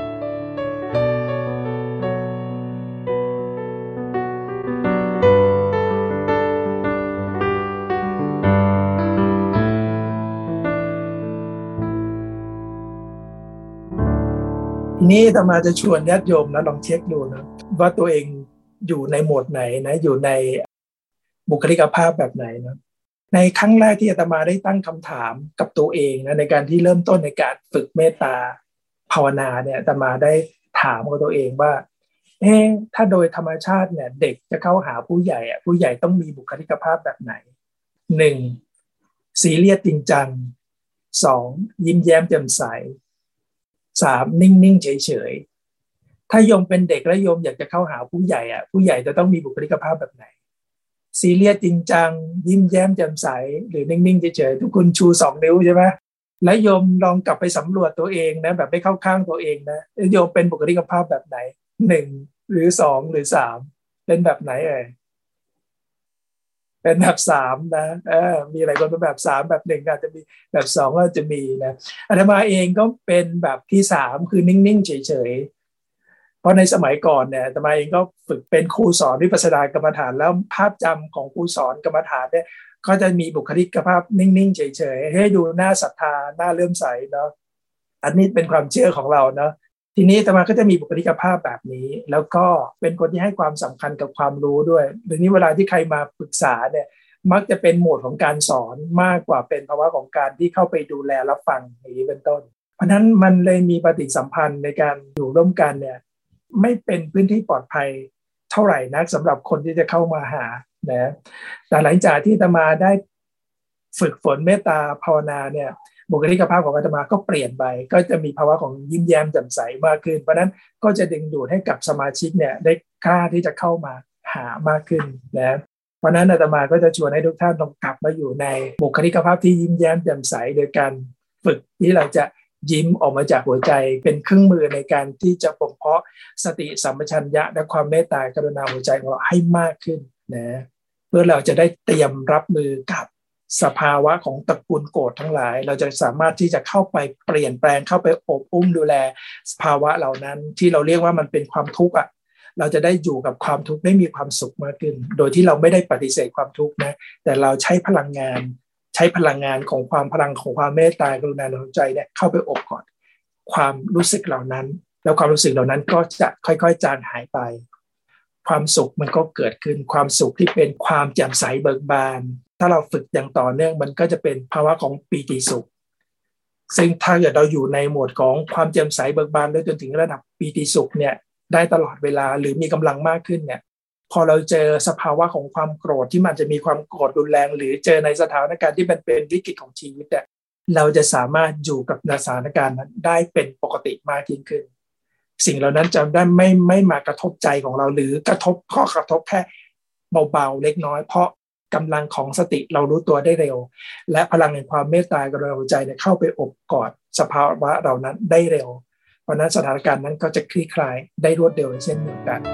Speaker 2: ทีนี้อาตมาจะชวนญาติโยมนะลองเช็คดูนะว่าตัวเองอยู่ในโหมดไหนนะอยู่ในบุคลิกภาพแบบไหนนะในครั้งแรกที่อาตมาได้ตั้งคำถามกับตัวเองนะในการที่เริ่มต้นในการฝึกเมตตาภาวนาเนี่ยอาตมาได้ถามกับตัวเองว่าเอ๊ะถ้าโดยธรรมชาติเนี่ยเด็กจะเข้าหาผู้ใหญ่อ่ะผู้ใหญ่ต้องมีบุคลิกภาพแบบไหนหนึ่งซีเรียสจริงจังสองยิ้มแย้มแจ่มใสสามนิ่งๆเฉยๆถ้าโยมเป็นเด็กและโยมอยากจะเข้าหาผู้ใหญ่อ่ะผู้ใหญ่จะต้องมีบุคลิกภาพแบบไหนซีเรียสจริงจังยิ้มแย้มแจ่มใสหรือนิ่งๆเฉยๆทุกคนชูสองนิ้วใช่ไหมและโยมลองกลับไปสำรวจตัวเองนะแบบไม่เข้าข้างตัวเองนะโยมเป็นบุคลิกภาพแบบไหนหนึ่งหรือสองหรือสามเป็นแบบไหนเอ่ยเป็นแบบสามนะเออมีอะไรก็เป็นแบบสามแบบหนึ่งอาจจะมีแบบสองก็จะมีนะอาตมาเองก็เป็นแบบที่สามคือนิ่งๆเฉยๆเพราะในสมัยก่อนเนี่ยอาตมาเองก็ฝึกเป็นครูสอนวิปัสสนากรรมฐานแล้วภาพจำของครูสอนกรรมฐานเนี่ยก็จะมีบุคลิกภาพนิ่งๆเฉยๆให้ดูน่าศรัทธาน่าเลื่อมใสเนาะอันนี้เป็นความเชื่อของเราเนาะทีนี้อาตมาก็จะมีบุคลิกภาพแบบนี้แล้วก็เป็นคนที่ให้ความสำคัญกับความรู้ด้วยเดี๋ยวนี้เวลาที่ใครมาปรึกษาเนี่ยมักจะเป็นโหมดของการสอนมากกว่าเป็นภาวะของการที่เข้าไปดูแลรับฟังอย่างนี้เป็นต้นเพราะนั้นมันเลยมีปฏิสัมพันธ์ในการอยู่ร่วมกันเนี่ยไม่เป็นพื้นที่ปลอดภัยเท่าไหร่นักสำหรับคนที่จะเข้ามาหานะแต่หลังจากที่อาตมาได้ฝึกฝนเมตตาภาวนาเนี่ยบุคลิกภาพของอาตมาก็เปลี่ยนไปก็จะมีภาวะของยิ้มแย้มแจ่มใสมากขึ้นเพราะนั้นก็จะดึงดูดให้กับสมาชิกเนี่ยได้กล้าที่จะเข้ามาหามากขึ้นนะเพราะนั้นอาตมาก็จะชวนให้ทุกท่านลองกลับมาอยู่ในบุคลิกภาพที่ยิ้มแย้มแจ่มใสโดยการฝึกที่เราจะยิ้มออกมาจากหัวใจเป็นเครื่องมือในการที่จะบ่มเพาะสติสัมปชัญญะและความเมตตากรุณาหัวใจของเราให้มากขึ้นนะเพื่อเราจะได้เตรียมรับมือกับสภาวะของตระกูลโกรธทั้งหลายเราจะสามารถที่จะเข้าไปเปลี่ยนแปลงเข้าไปอบอุ้มดูแลสภาวะเหล่านั้นที่เราเรียกว่ามันเป็นความทุกข์อ่ะเราจะได้อยู่กับความทุกข์ได้มีความสุขมากขึ้นโดยที่เราไม่ได้ปฏิเสธความทุกข์นะแต่เราใช้พลังงานใช้พลังงานของความพลังของความเมตตากรุณาในหัวใจเนี่ยเข้าไปอบกอดความรู้สึกเหล่านั้นแล้วความรู้สึกเหล่านั้นก็จะค่อยๆจางหายไปความสุขมันก็เกิดขึ้นความสุขที่เป็นความแจ่มใสเบิกบานถ้าเราฝึกอย่างต่อเนื่องมันก็จะเป็นภาวะของปีติสุขซึ่งถ้าเกิดเราอยู่ในโหมดของความแจ่มใสเบิกบานได้จนถึงระดับปีติสุขเนี่ยได้ตลอดเวลาหรือมีกำลังมากขึ้นเนี่ยพอเราเจอสภาวะของความโกรธที่มันจะมีความโกรธรุนแรงหรือเจอในสถานการณ์ที่มันเป็นวิกฤตของชีวิตเนี่ยเราจะสามารถอยู่กับสถานการณ์นั้นได้เป็นปกติมากยิ่งขึ้นสิ่งเหล่านั้นจะได้ไม่ไม่มากระทบใจของเราหรือกระทบข้อกระทบแค่เบาๆเล็กน้อยเพราะกำลังของสติเรารู้ตัวได้เร็วและพลังแห่งความเมตตากรุณาหัวใจเนี่ยเข้าไปอบกอดสภาวะเหล่านั้นได้เร็วเพราะนั้นสถานการณ์นั้นก็จะคลี่คลายได้รวดเร็วเช่นเดียวกัน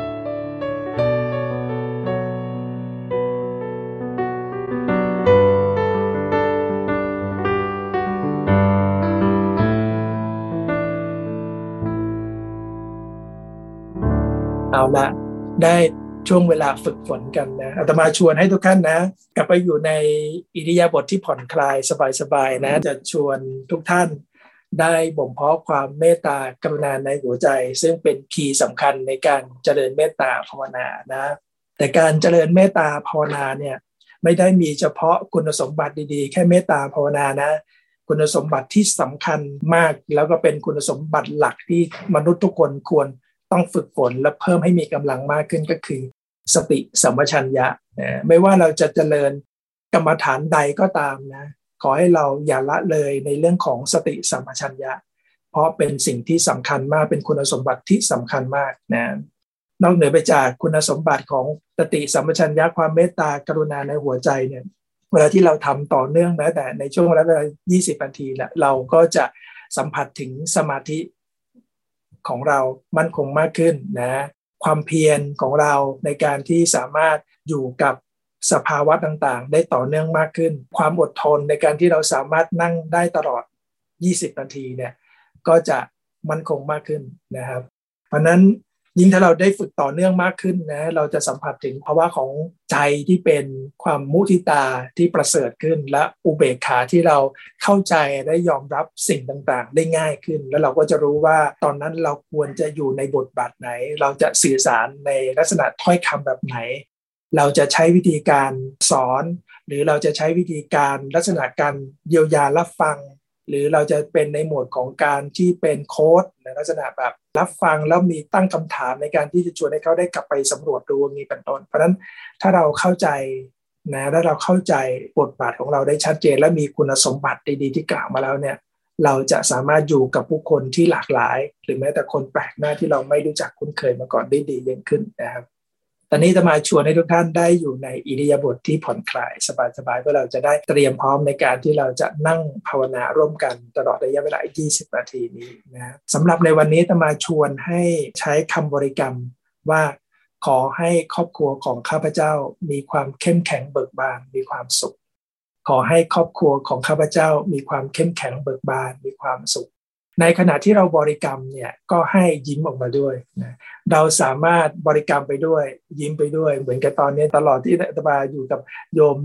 Speaker 2: เอาละได้ช่วงเวลาฝึกฝนกันนะอาตมาชวนให้ทุกท่านนะกลับไปอยู่ในอิริยาบถ ท, ที่ผ่อนคลายสบายๆนะจะชวนทุกท่านได้บ่มเพาะความเมตตากรุณาในหัวใจซึ่งเป็นคีย์สำคัญในการเจริญเมตตาภาวนานะแต่การเจริญเมตตาภาวนาเนี่ยไม่ได้มีเฉพาะคุณสมบัติดีๆแค่เมตตาภาวนานะคุณสมบัติที่สำคัญมากแล้วก็เป็นคุณสมบัติหลักที่มนุษย์ทุกคนควรต้องฝึกฝนและเพิ่มให้มีกำลังมากขึ้นก็คือสติสัมปชัญญะนะไม่ว่าเราจะเจริญกรรมฐานใดก็ตามนะขอให้เราอย่าละเลยในเรื่องของสติสัมปชัญญะเพราะเป็นสิ่งที่สำคัญมากเป็นคุณสมบัติที่สำคัญมากนะนอกเหนือไปจากคุณสมบัติของสติสัมปชัญญะความเมตตากรุณาในหัวใจเนี่ยเวลาที่เราทำต่อเนื่องแม้แต่ในช่วงเวลายี่สิบนาทีแล้วเราก็จะสัมผัสถึงสมาธิของเรามั่นคงมากขึ้นนะความเพียรของเราในการที่สามารถอยู่กับสภาวะต่างๆได้ต่อเนื่องมากขึ้นความอดทนในการที่เราสามารถนั่งได้ตลอดยี่สิบนาทีเนี่ยก็จะมั่นคงมากขึ้นนะครับเพราะนั้นยิ่งถ้าเราได้ฝึกต่อเนื่องมากขึ้นนะเราจะสัมผัสถึงภาวะของใจที่เป็นความมุทิตาที่ประเสริฐขึ้นและอุเบกขาที่เราเข้าใจได้ยอมรับสิ่งต่างๆได้ง่ายขึ้นแล้วเราก็จะรู้ว่าตอนนั้นเราควรจะอยู่ในบทบาทไหนเราจะสื่อสารในลักษณะถ้อยคำแบบไหนเราจะใช้วิธีการสอนหรือเราจะใช้วิธีการลักษณะการเยียวยารับฟังหรือเราจะเป็นในโหมดของการที่เป็นโค้ชในลักษณะแบบรับฟังแล้วมีตั้งคำถามในการที่จะชวนให้เขาได้กลับไปสำรวจดูอย่างนี้เป็นต้นเพราะฉะนั้นถ้าเราเข้าใจนะและเราเข้าใจบทบาทของเราได้ชัดเจนและมีคุณสมบัติดีๆที่กล่าวมาแล้วเนี่ยเราจะสามารถอยู่กับผู้คนที่หลากหลายหรือแม้แต่คนแปลกหน้าที่เราไม่รู้จักคุ้นเคยมาก่อนได้ดียิ่งขึ้นนะครับตอนนี้จะมาชวนให้ทุกท่านได้อยู่ในอิริยาบถ ท, ที่ผ่อนคลายสบายๆเพื่อเราจะได้เตรียมพร้อมในการที่เราจะนั่งภาวนาร่วมกันตลอดระยะเวลายี่สิบนาทีนี้นะสำหรับในวันนี้จะมาชวนให้ใช้คำบริกรรมว่าขอให้ครอบครัวของข้าพเจ้ามีความเข้มแข็งเบิกบานมีความสุขขอให้ครอบครัวของข้าพเจ้ามีความเข้มแข็งเบิกบานมีความสุขในขณะที่เราบริกรรมเนี่ยก็ให้ยิ้มออกมาด้วยนะเราสามารถบริกรรมไปด้วยยิ้มไปด้วยเหมือนกับตอนนี้ตลอดที่อาตมาอยู่กับโยมเนี่ย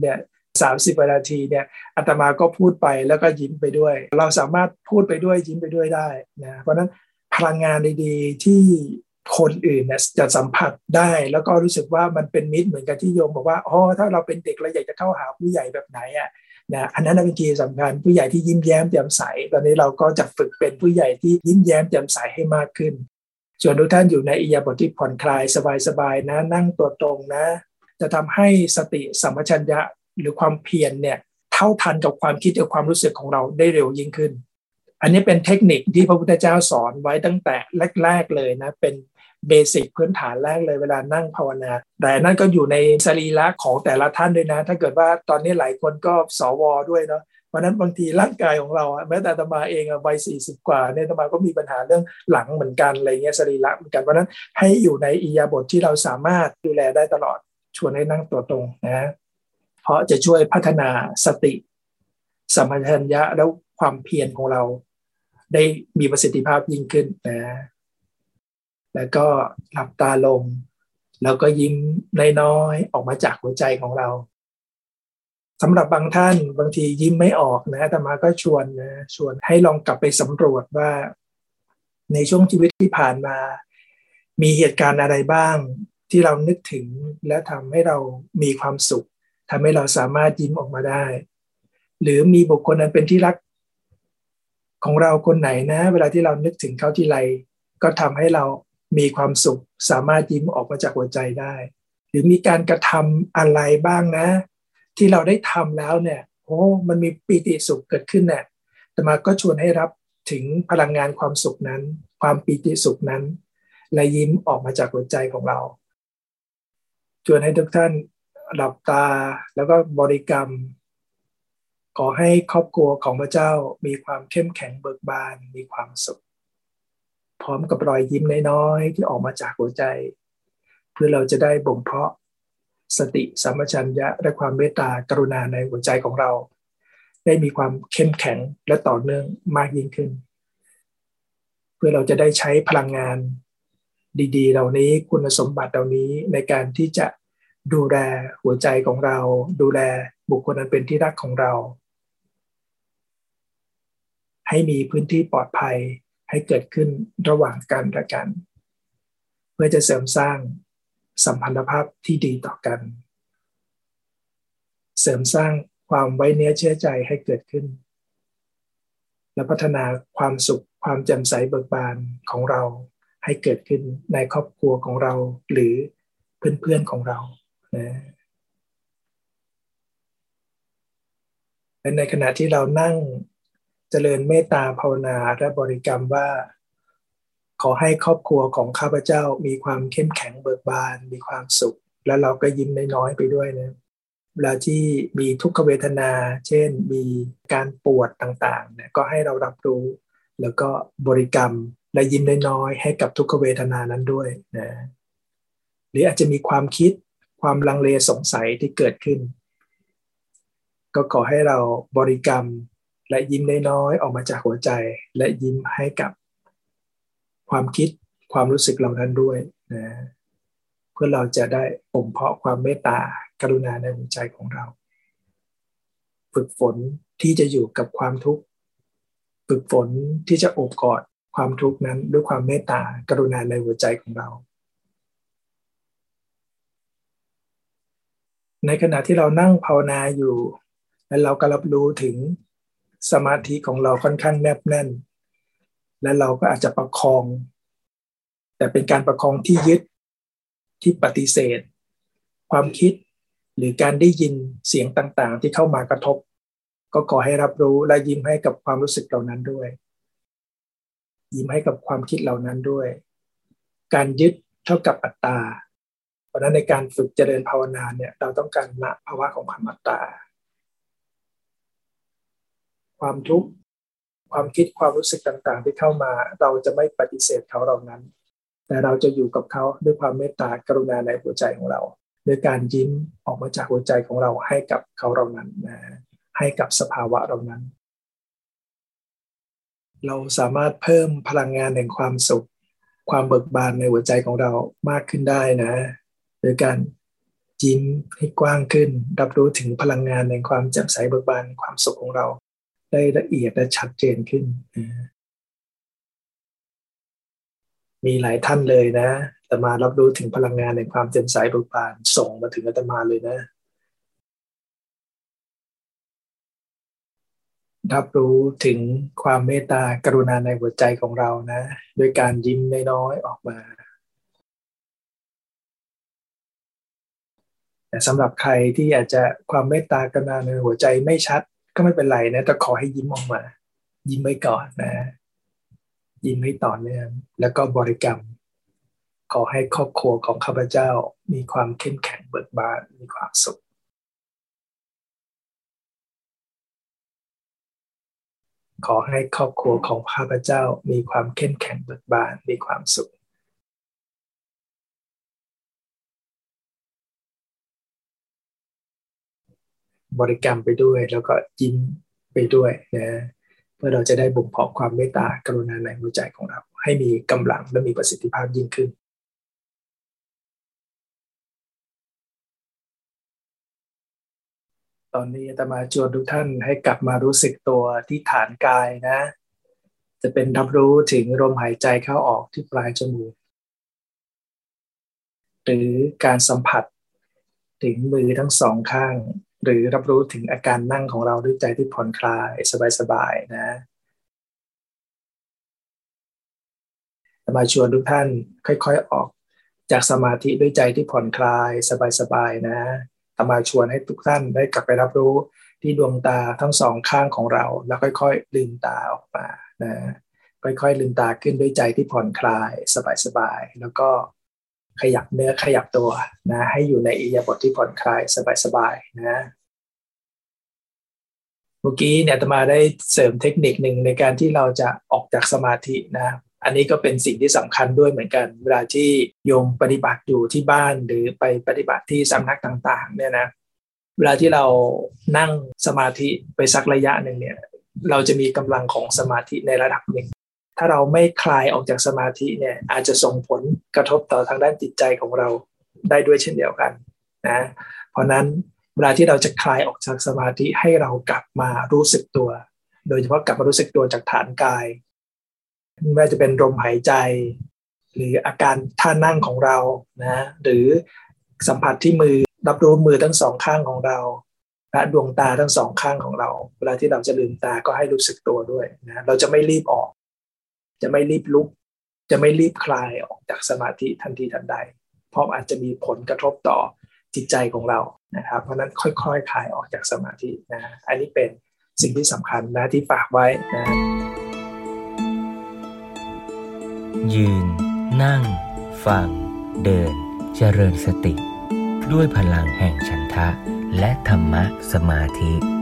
Speaker 2: สามสิบนาทีเนี่ยอาตมาก็พูดไปแล้วก็ยิ้มไปด้วยเราสามารถพูดไปด้วยยิ้มไปด้วยได้นะเพราะนั้นพลังงานดีๆที่คนอื่นเนี่ยจะสัมผัสได้แล้วก็รู้สึกว่ามันเป็นมิตรเหมือนกันที่โยมบอกว่าอ๋อถ้าเราเป็นเด็กเราอยากจะเข้าหาผู้ใหญ่แบบไหนอ่ะนะอันนั้นเป็นคีย์สำคัญผู้ใหญ่ที่ยิ้มแย้มแจ่มใสตอนนี้เราก็จะฝึกเป็นผู้ใหญ่ที่ยิ้มแย้มแจ่มใสให้มากขึ้นส่วนทุกท่านอยู่ในอิริยาบถที่ผ่อนคลายสบายๆนะนั่งตัวตรงนะจะทำให้สติสัมปชัญญะหรือความเพียรเนี่ยเท่าทันกับความคิดกับความรู้สึกของเราได้เร็วยิ่งขึ้นอันนี้เป็นเทคนิคที่พระพุทธเจ้าสอนไว้ตั้งแต่แรกๆเลยนะเป็นเบสิกพื้นฐานแรกเลยเวลานั่งภาวนาแต่นั่นก็อยู่ในสรีระของแต่ละท่านด้วยนะถ้าเกิดว่าตอนนี้หลายคนก็สวด้วยเนาะเพราะนั้นบางทีร่างกายของเราแม้แต่อาตมาเองวัยสี่สิบกว่าเนี่ยอาตมาก็มีปัญหาเรื่องหลังเหมือนกันอะไรเงี้ยสรีระเหมือนกันเพราะนั้นให้อยู่ในอิริยาบถที่เราสามารถดูแลได้ตลอดชวนให้นั่งตัวตรงนะเพราะจะช่วยพัฒนาสติสัมปชัญญะแล้วความเพียรของเราได้มีประสิทธิภาพยิ่งขึ้นนะแล้วก็หลับตาลงแล้วก็ยิ้มน้อยๆออกมาจากหัวใจของเราสำหรับบางท่านบางทียิ้มไม่ออกนะแต่มาก็ชวนนะชวนให้ลองกลับไปสำรวจว่าในช่วงชีวิตที่ผ่านมามีเหตุการณ์อะไรบ้างที่เรานึกถึงและทำให้เรามีความสุขทำให้เราสามารถยิ้มออกมาได้หรือมีบุคคลนั้นเป็นที่รักของเราคนไหนนะเวลาที่เรานึกถึงเขาทีไรก็ทำให้เรามีความสุขสามารถยิ้มออกมาจากหัวใจได้หรือมีการกระทำอะไรบ้างนะที่เราได้ทำแล้วเนี่ยโอ้มันมีปีติสุขเกิดขึ้นเนี่ยแต่มาก็ชวนให้รับถึงพลังงานความสุขนั้นความปีติสุขนั้นและยิ้มออกมาจากหัวใจของเราชวนให้ทุกท่านหลับตาแล้วก็บริกรรมขอให้ครอบครัวของพระเจ้ามีความเข้มแข็งเบิกบานมีความสุขพร้อมกับรอยยิ้มน้อยๆที่ออกมาจากหัวใจเพื่อเราจะได้บ่มเพาะสติสัมปชัญญะและความเมตตากรุณาในหัวใจของเราได้มีความเข้มแข็งและต่อเนื่องมากยิ่งขึ้นเพื่อเราจะได้ใช้พลังงานดีๆเหล่านี้คุณสมบัติเหล่านี้ในการที่จะดูแลหัวใจของเราดูแลบุคคลนั้นเป็นที่รักของเราให้มีพื้นที่ปลอดภัยให้เกิดขึ้นระหว่างกันและกันเพื่อจะเสริมสร้างสัมพันธภาพที่ดีต่อกันเสริมสร้างความไว้เนื้อเชื่อใจให้เกิดขึ้นและพัฒนาความสุขความแจ่มใสเบิกบานของเราให้เกิดขึ้นในครอบครัวของเราหรือเพื่อนๆของเรานะและในขณะที่เรานั่งเจริญเมตตาภาวนาและบริกรรมว่าขอให้ครอบครัวของข้าพเจ้ามีความเข้มแข็งเบิกบานมีความสุขและเราก็ยิ้มน้อยๆไปด้วยนะเวลาที่มีทุกขเวทนาเช่นมีการปวดต่างๆเนี่ยก็ให้เรารับรู้แล้วก็บริกรรมและยิ้มน้อยๆให้กับทุกขเวทนานั้นด้วยนะหรืออาจจะมีความคิดความลังเลสงสัยที่เกิดขึ้นก็ขอให้เราบริกรรมและยิ้มน้อยๆออกมาจากหัวใจและยิ้มให้กับความคิดความรู้สึกเหล่านั้นด้วยนะเพื่อเราจะได้บ่มเพาะความเมตตากรุณาในหัวใจของเราฝึกฝนที่จะอยู่กับความทุกข์ฝึกฝนที่จะโอบกอดความทุกข์นั้นด้วยความเมตตากรุณาในหัวใจของเราในขณะที่เรานั่งภาวนาอยู่และเราก็รับรู้ถึงสมาธิของเราค่อนข้างแนบแน่นและเราก็อาจจะประคองแต่เป็นการประคองที่ยึดที่ปฏิเสธความคิดหรือการได้ยินเสียงต่างๆที่เข้ามากระทบก็ขอให้รับรู้และยิ้มให้กับความรู้สึกเหล่านั้นด้วยยิ้มให้กับความคิดเหล่านั้นด้วยการยึดเท่ากับอัตตาเพราะนั้นในการฝึกเจริญภาวนาเนี่ยเราต้องการละภาวะของความอัตตาความทุกข์ความคิดความรู้สึกต่างๆที่เข้ามาเราจะไม่ปฏิเสธเขาเหล่านั้นแต่เราจะอยู่กับเขาด้วยความเมตตากรุณาในหัวใจของเราด้วยการยิ้มออกมาจากหัวใจของเราให้กับเขาเหล่านั้นนะให้กับสภาวะเหล่านั้นเราสามารถเพิ่มพลังงานแห่งความสุขความเบิกบานในหัวใจของเรามากขึ้นได้นะโดยการยิ้มให้กว้างขึ้นรับรู้ถึงพลังงานในความแจ่มใสเบิกบานความสุขของเราได้ละเอียดและชัดเจนขึ้นมีหลายท่านเลยนะอาตมารับรู้ถึงพลังงานในความแจ่มใสเบิกบานส่งมาถึงอาตมาเลยนะรับรู้ถึงความเมตตากรุณาในหัวใจของเรานะด้วยการยิ้มน้อยๆออกมาแต่สำหรับใครที่อาจจะความเมตตากรุณาในหัวใจไม่ชัดก็ไม่เป็นไรนะแต่ขอให้ยิ้มออกมายิ้มไว้ก่อนนะยิ้มให้ต่อเนื่องแล้วก็บริกรรมขอให้ครอบครัวของข้าพเจ้ามีความเข้มแข็งเบิกบานมีความสุขขอให้ครอบครัวของข้าพเจ้ามีความเข้มแข็งเบิกบานมีความสุขบริกรรมไปด้วยแล้วก็ยิ้มไปด้วยนะเพื่อเราจะได้บ่มเพาะความเมตตากรุณาในหัวใจของเราให้มีกำลังและมีประสิทธิภาพยิ่งขึ้นตอนนี้อาตมาชวนทุกท่านให้กลับมารู้สึกตัวที่ฐานกายนะจะเป็นรับรู้ถึงลมหายใจเข้าออกที่ปลายจมูกหรือการสัมผัสถึงมือทั้งสองข้างหรือรับรู้ถึงอาการนั่งของเราด้วยใจที่ผ่อนคลายสบายๆนะอาตมาชวนทุกท่านค่อยๆออกจากสมาธิด้วยใจที่ผ่อนคลายสบายๆนะอาตมาชวนให้ทุกท่านได้กลับไปรับรู้ที่ดวงตาทั้งสองข้างของเราแล้วค่อยๆลืมตาออกมานะค่อยๆลืมตาขึ้นด้วยใจที่ผ่อนคลายสบายๆแล้วก็ขยับเนื้อขยับตัวนะให้อยู่ในอิริยาบถที่ผ่อนคลายสบายๆนะเมื่อกี้เนี่ยอาตมาได้เสริมเทคนิคหนึ่งในการที่เราจะออกจากสมาธินะอันนี้ก็เป็นสิ่งที่สำคัญด้วยเหมือนกันเวลาที่โยมปฏิบัติอยู่ที่บ้านหรือไปปฏิบัติที่สำนักต่างๆเนี่ยนะเวลาที่เรานั่งสมาธิไปสักระยะหนึ่งเนี่ยเราจะมีกำลังของสมาธิในระดับหนึ่งถ้าเราไม่คลายออกจากสมาธิเนี่ยอาจจะส่งผลกระทบต่อทางด้านจิตใจของเราได้ด้วยเช่นเดียวกันนะเพราะนั้นเวลาที่เราจะคลายออกจากสมาธิให้เรากลับมารู้สึกตัวโดยเฉพาะกลับมารู้สึกตัวจากฐานกายไม่ว่าจะเป็นลมหายใจหรืออาการท่านั่งของเรานะหรือสัมผัสที่มือรับรู้มือทั้งสองข้างของเราและดวงตาทั้งสองข้างของเราเวลาที่เราจะลืมตาก็ให้รู้สึกตัวด้วยนะเราจะไม่รีบออกจะไม่รีบลุกจะไม่รีบคลายออกจากสมาธิทันทีทันใดเพราะอาจจะมีผลกระทบต่อจิตใจของเรานะครับเพราะนั้นค่อยๆคลายออกจากสมาธินะอันนี้เป็นสิ่งที่สำคัญนะที่ฝากไว้นะ
Speaker 1: ยืนนั่งฟังเดินเจริญสติด้วยพลังแห่งฉันทะและธรรมะสมาธิ